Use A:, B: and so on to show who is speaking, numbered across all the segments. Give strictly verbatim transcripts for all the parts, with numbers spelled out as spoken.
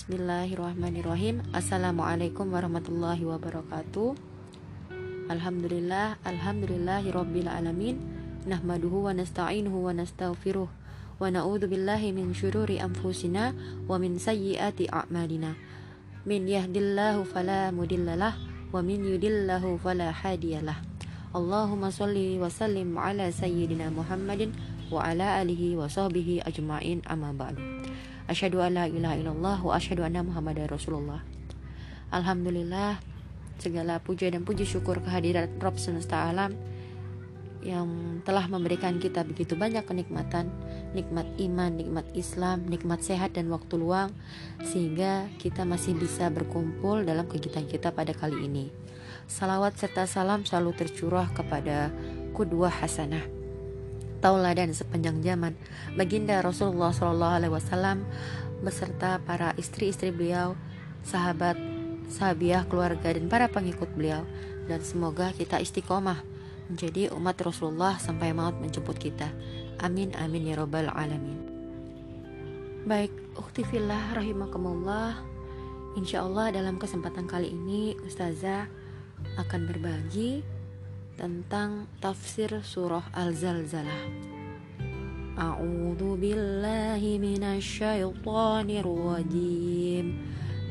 A: Bismillahirrahmanirrahim. Assalamualaikum warahmatullahi wabarakatuh. Alhamdulillah, alhamdulillahirabbil alamin. Nahmaduhu wa nasta'inuhu wa nastaghfiruh wa na'udzu billahi min syururi anfusina wa min sayyiati a'malina. Min yahdillahu fala mudhillalah wa min yudhillahu fala hadiyalah. Allahumma shalli wa sallim ala sayyidina Muhammadin wa ala alihi wa sahbihi ajma'in, amma ba'du. Asyhadu an la ilaha illallah wa asyhadu anna Muhammadar Rasulullah. Alhamdulillah, segala puja dan puji syukur kehadirat Rabb semesta alam yang telah memberikan kita begitu banyak kenikmatan, nikmat iman, nikmat Islam, nikmat sehat dan waktu luang, sehingga kita masih bisa berkumpul dalam kegiatan kita pada kali ini. Salawat serta salam selalu tercurah kepada qudwah hasanah, tauladan sepanjang zaman, baginda Rasulullah shallallahu alaihi wasallam beserta para istri-istri beliau, sahabat, sahabiah, keluarga dan para pengikut beliau, dan semoga kita istiqomah menjadi umat Rasulullah sampai maut menjemput kita. Amin amin ya rabbal alamin. Baik, ukhti fillah rahimakumullah. Insyaallah dalam kesempatan kali ini Ustazah akan berbagi tentang tafsir surah Al-Zalzalah. A'udzu billahi minasyaitonir rajim.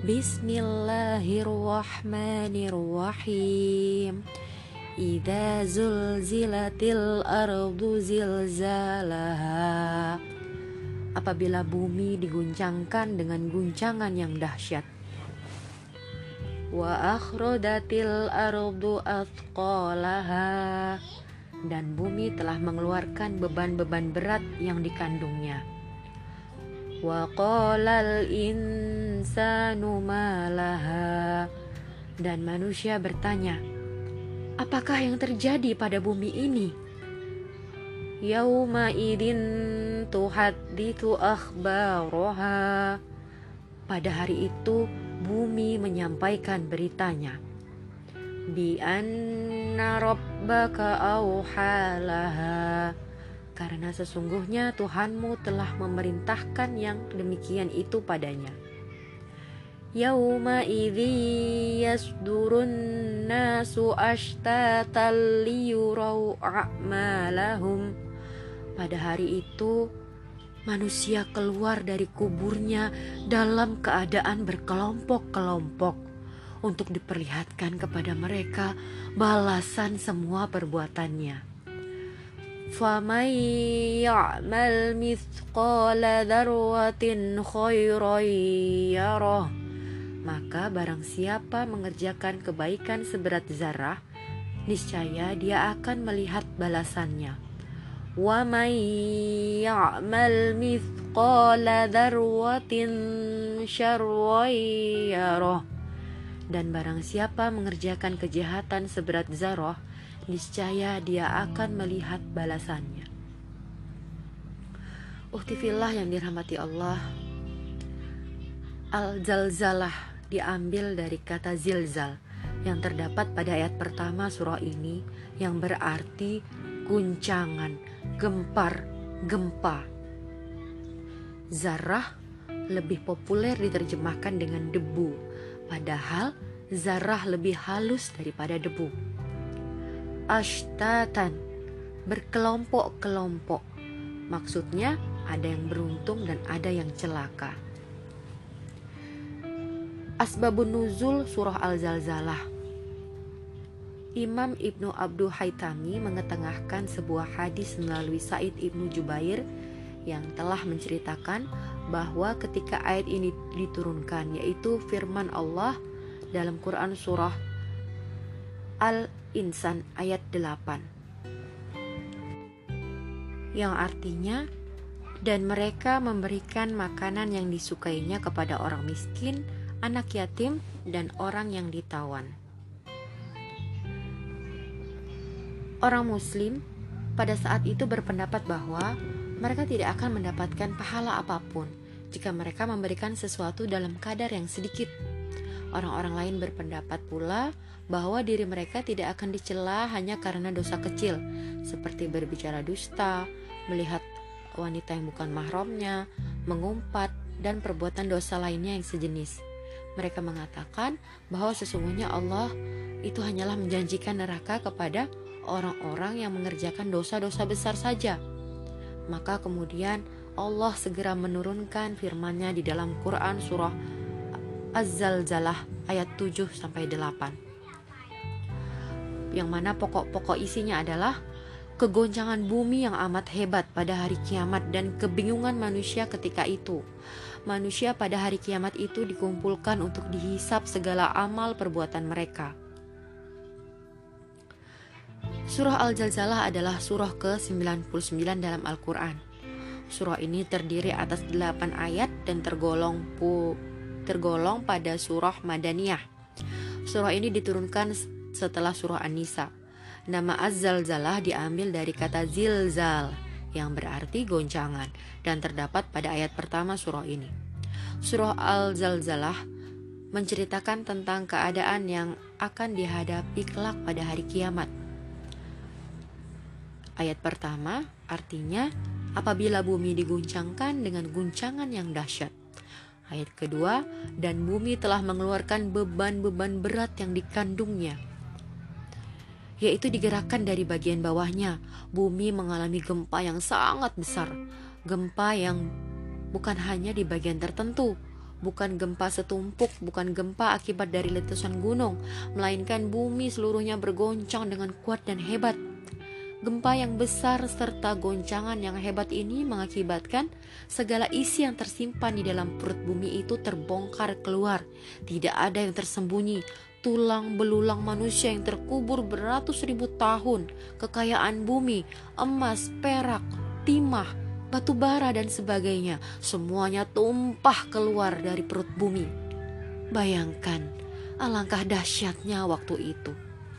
A: Bismillahirrahmanirrahim. Idza zulzilatil ardu zilzalaha. Apabila bumi diguncangkan dengan guncangan yang dahsyat. Wa akhrajatil ardu athqalaha. Dan bumi telah mengeluarkan beban-beban berat yang dikandungnya. Wa qalal insanu malaha. Dan manusia bertanya, apakah yang terjadi pada bumi ini? Yauma idin tuhadditsu akhbaraha. Pada hari itu bumi menyampaikan beritanya. Bi anna rabbaka auhalaha. Karena sesungguhnya Tuhanmu telah memerintahkan yang demikian itu padanya. Yauma idzi yasdurun nasu ashtatan liyurau a'malahum. Pada hari itu manusia keluar dari kuburnya dalam keadaan berkelompok-kelompok untuk diperlihatkan kepada mereka balasan semua perbuatannya. Faman ya'mal mithqala dzarratin khairan yarah. Maka barang siapa mengerjakan kebaikan seberat zarah, niscaya dia akan melihat balasannya. Wa may ya'mal mithqala dzarratin syarran yarah. Dan barang siapa mengerjakan kejahatan seberat zarah, niscaya dia akan melihat balasannya. Ukhti fillah yang dirahmati Allah, Al-Zalzalah diambil dari kata zilzal yang terdapat pada ayat pertama surah ini, yang berarti guncangan, gempar, gempa. Zarah lebih populer diterjemahkan dengan debu, padahal zarah lebih halus daripada debu. Ashtatan, berkelompok-kelompok. Maksudnya ada yang beruntung dan ada yang celaka. Asbabun nuzul surah Al-Zalzalah. Imam Ibnu Abdul Haytami mengetengahkan sebuah hadis melalui Sa'id Ibnu Jubair yang telah menceritakan bahwa ketika ayat ini diturunkan, yaitu firman Allah dalam Quran surah Al-Insan ayat delapan, yang artinya, dan mereka memberikan makanan yang disukainya kepada orang miskin, anak yatim, dan orang yang ditawan. Orang muslim pada saat itu berpendapat bahwa mereka tidak akan mendapatkan pahala apapun jika mereka memberikan sesuatu dalam kadar yang sedikit. Orang-orang lain berpendapat pula bahwa diri mereka tidak akan dicela hanya karena dosa kecil, seperti berbicara dusta, melihat wanita yang bukan mahramnya, mengumpat, dan perbuatan dosa lainnya yang sejenis. Mereka mengatakan bahwa sesungguhnya Allah itu hanyalah menjanjikan neraka kepada orang-orang yang mengerjakan dosa-dosa besar saja. Maka kemudian Allah segera menurunkan firman-Nya di dalam Quran surah Az-Zalzalah ayat tujuh sampai delapan. Yang mana pokok-pokok isinya adalah kegoncangan bumi yang amat hebat pada hari kiamat dan kebingungan manusia ketika itu. Manusia pada hari kiamat itu dikumpulkan untuk dihisap segala amal perbuatan mereka. Surah Al-Zalzalah adalah surah ke sembilan puluh sembilan dalam Al-Quran. Surah ini terdiri atas delapan ayat dan tergolong pu, tergolong pada surah Madaniyah. Surah ini diturunkan setelah surah An-Nisa. Nama Az-Zalzalah diambil dari kata zilzal yang berarti goncangan dan terdapat pada ayat pertama surah ini. Surah Al-Zalzalah menceritakan tentang keadaan yang akan dihadapi kelak pada hari kiamat. Ayat pertama artinya apabila bumi diguncangkan dengan guncangan yang dahsyat. Ayat kedua, dan bumi telah mengeluarkan beban-beban berat yang dikandungnya, yaitu digerakkan dari bagian bawahnya. Bumi mengalami gempa yang sangat besar, gempa yang bukan hanya di bagian tertentu, bukan gempa setumpuk, bukan gempa akibat dari letusan gunung, melainkan bumi seluruhnya bergoncang dengan kuat dan hebat. Gempa yang besar serta goncangan yang hebat ini mengakibatkan segala isi yang tersimpan di dalam perut bumi itu terbongkar keluar. Tidak ada yang tersembunyi. Tulang belulang manusia yang terkubur beratus ribu tahun, kekayaan bumi, emas, perak, timah, batu bara dan sebagainya, semuanya tumpah keluar dari perut bumi. Bayangkan alangkah dahsyatnya waktu itu.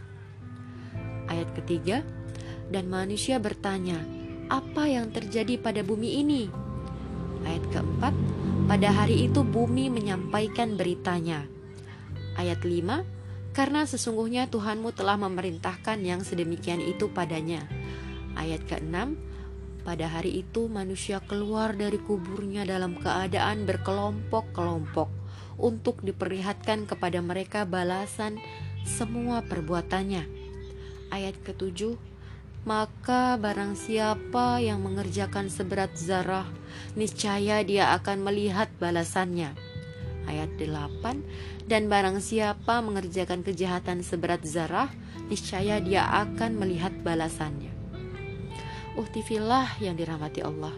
A: Ayat ketiga, dan manusia bertanya, apa yang terjadi pada bumi ini? Ayat keempat, pada hari itu bumi menyampaikan beritanya. Ayat lima, karena sesungguhnya Tuhanmu telah memerintahkan yang sedemikian itu padanya. Ayat keenam, pada hari itu manusia keluar dari kuburnya dalam keadaan berkelompok-kelompok untuk diperlihatkan kepada mereka balasan semua perbuatannya. Ayat ketujuh, maka barang siapa yang mengerjakan seberat zarah, niscaya dia akan melihat balasannya. Ayat delapan, dan barang siapa mengerjakan kejahatan seberat zarah, niscaya dia akan melihat balasannya. Uhtifillah yang dirahmati Allah.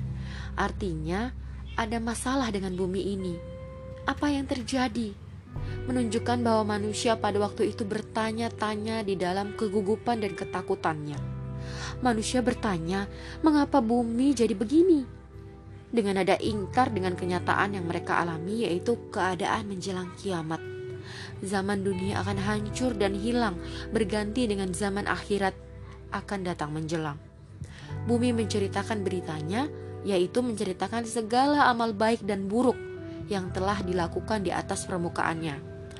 A: Artinya ada masalah dengan bumi ini. Apa yang terjadi? Menunjukkan bahwa manusia pada waktu itu bertanya-tanya di dalam kegugupan dan ketakutannya. Manusia bertanya, mengapa bumi jadi begini? Dengan nada ingkar dengan kenyataan yang mereka alami, yaitu keadaan menjelang kiamat. Zaman dunia akan hancur dan hilang, berganti dengan zaman akhirat akan datang menjelang. Bumi menceritakan beritanya, yaitu menceritakan segala amal baik dan buruk yang telah dilakukan di atas permukaannya.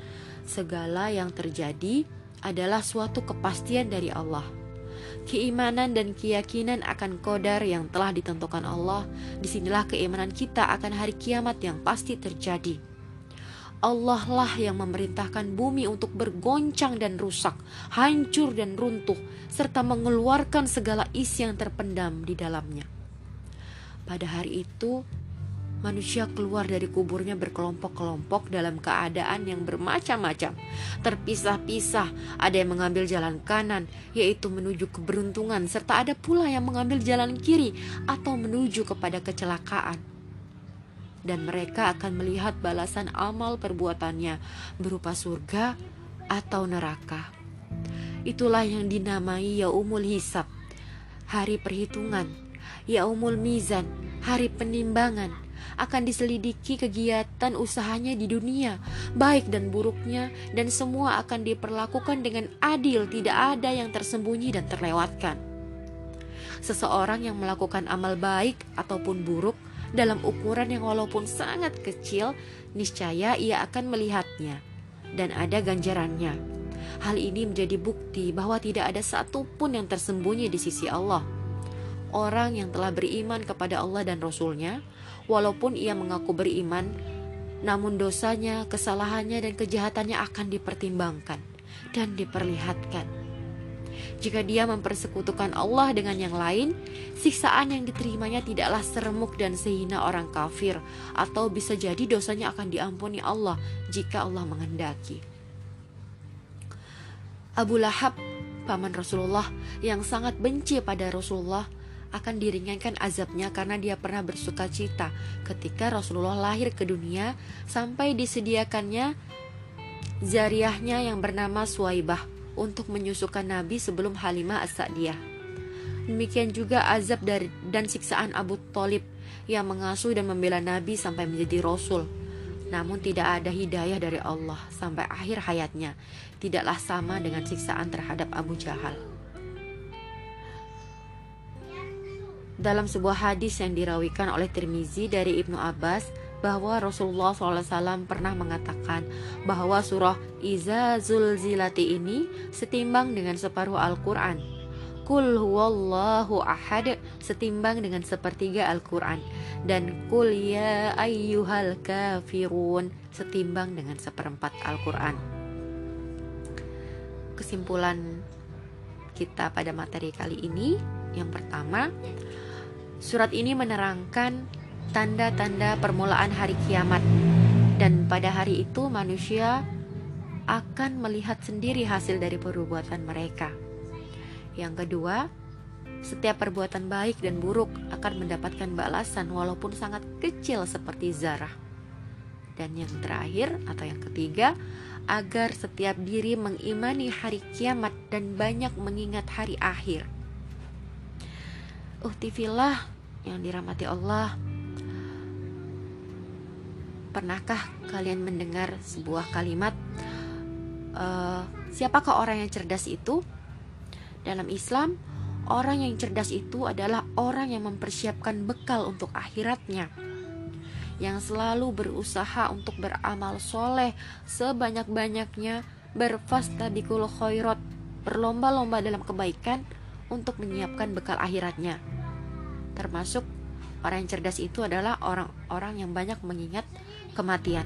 A: Segala yang terjadi adalah suatu kepastian dari Allah. Keimanan dan keyakinan akan qadar yang telah ditentukan Allah. Disinilah keimanan kita akan hari kiamat yang pasti terjadi. Allah lah yang memerintahkan bumi untuk bergoncang dan rusak, hancur dan runtuh, serta mengeluarkan segala isi yang terpendam di dalamnya. Pada hari itu, manusia keluar dari kuburnya berkelompok-kelompok dalam keadaan yang bermacam-macam, terpisah-pisah. Ada yang mengambil jalan kanan, yaitu menuju keberuntungan, serta ada pula yang mengambil jalan kiri atau menuju kepada kecelakaan. Dan mereka akan melihat balasan amal perbuatannya berupa surga atau neraka. Itulah yang dinamai Yaumul Hisab, hari perhitungan, Yaumul Mizan, hari penimbangan. Akan diselidiki kegiatan usahanya di dunia, baik dan buruknya, dan semua akan diperlakukan dengan adil, tidak ada yang tersembunyi dan terlewatkan. Seseorang yang melakukan amal baik ataupun buruk dalam ukuran yang walaupun sangat kecil, niscaya ia akan melihatnya dan ada ganjarannya. Hal ini menjadi bukti bahwa tidak ada satupun yang tersembunyi di sisi Allah. orang yang telah beriman kepada Allah dan Rasul-Nya, walaupun ia mengaku beriman, namun dosanya, kesalahannya, dan kejahatannya akan dipertimbangkan dan diperlihatkan. Jika dia mempersekutukan Allah dengan yang lain, siksaan yang diterimanya tidaklah seremuk dan sehina orang kafir, atau bisa jadi dosanya akan diampuni Allah jika Allah menghendaki. Abu Lahab, paman Rasulullah yang sangat benci pada Rasulullah, akan diringankan azabnya karena dia pernah bersuka cita ketika Rasulullah lahir ke dunia sampai disediakannya jariyahnya yang bernama Suwaibah untuk menyusukan Nabi sebelum Halimah As-Sa'diyah. Demikian juga azab dari, dan siksaan Abu Thalib yang mengasuh dan membela Nabi sampai menjadi Rasul, namun tidak ada hidayah dari Allah sampai akhir hayatnya, tidaklah sama dengan siksaan terhadap Abu Jahal. Dalam sebuah hadis yang dirawikan oleh Tirmizi dari Ibnu Abbas, bahwa Rasulullah shallallahu alaihi wasallam pernah mengatakan bahwa surah Iza Zulzilati ini setimbang dengan separuh Al-Quran. Qul huwallahu ahad setimbang dengan sepertiga Al-Quran. Dan Qul ya ayyuhal kafirun setimbang dengan seperempat Al-Quran. Kesimpulan kita pada materi kali ini, yang pertama, surat ini menerangkan tanda-tanda permulaan hari kiamat, dan pada hari itu manusia akan melihat sendiri hasil dari perbuatan mereka. Yang kedua, setiap perbuatan baik dan buruk akan mendapatkan balasan walaupun sangat kecil seperti zarah. Dan yang terakhir atau yang ketiga, agar setiap diri mengimani hari kiamat dan banyak mengingat hari akhir. Ukhti fillah yang dirahmati Allah, pernahkah kalian mendengar sebuah kalimat, uh, siapakah orang yang cerdas itu? Dalam Islam, orang yang cerdas itu adalah orang yang mempersiapkan bekal untuk akhiratnya, yang selalu berusaha untuk beramal soleh sebanyak-banyaknya, berfastabiqul khairat, berlomba-lomba dalam kebaikan untuk menyiapkan bekal akhiratnya. Termasuk orang yang cerdas itu adalah orang-orang yang banyak mengingat kematian.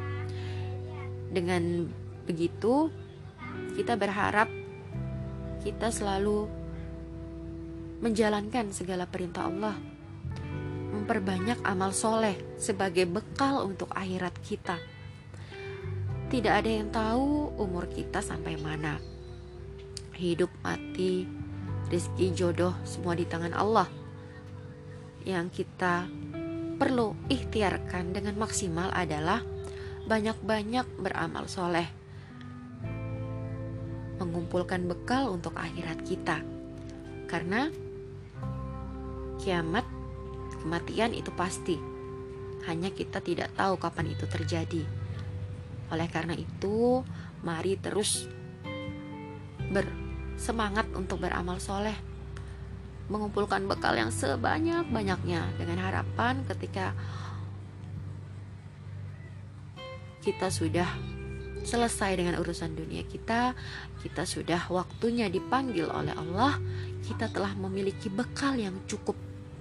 A: Dengan begitu, kita berharap kita selalu menjalankan segala perintah Allah, memperbanyak amal soleh sebagai bekal untuk akhirat kita. Tidak ada yang tahu umur kita sampai mana. Hidup, mati, rezeki, jodoh, semua di tangan Allah. Yang kita perlu ikhtiarkan dengan maksimal adalah banyak-banyak beramal soleh, mengumpulkan bekal untuk akhirat kita. Karena kiamat, kematian itu pasti, hanya kita tidak tahu kapan itu terjadi. Oleh karena itu, mari terus bersemangat untuk beramal soleh, mengumpulkan bekal yang sebanyak-banyaknya, dengan harapan ketika kita sudah selesai dengan urusan dunia kita, kita sudah waktunya dipanggil oleh Allah, kita telah memiliki bekal yang cukup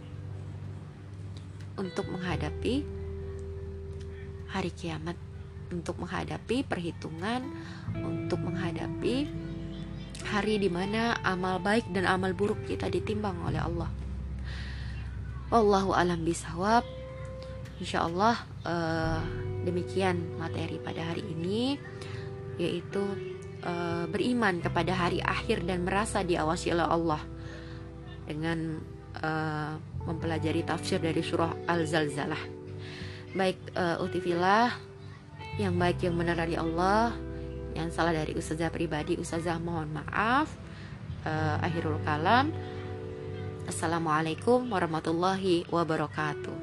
A: untuk menghadapi hari kiamat, untuk menghadapi perhitungan, untuk menghadapi hari di mana amal baik dan amal buruk kita ditimbang oleh Allah. Wallahu alam bisawab. Insyaallah uh, demikian materi pada hari ini, yaitu uh, beriman kepada hari akhir dan merasa diawasi oleh Allah dengan uh, mempelajari tafsir dari surah Al-Zalzalah. Baik, uh, utifillah, yang baik yang benar dari Allah, yang salah dari ustazah pribadi, ustazah mohon maaf. uh, Akhirul kalam. Assalamualaikum warahmatullahi wabarakatuh.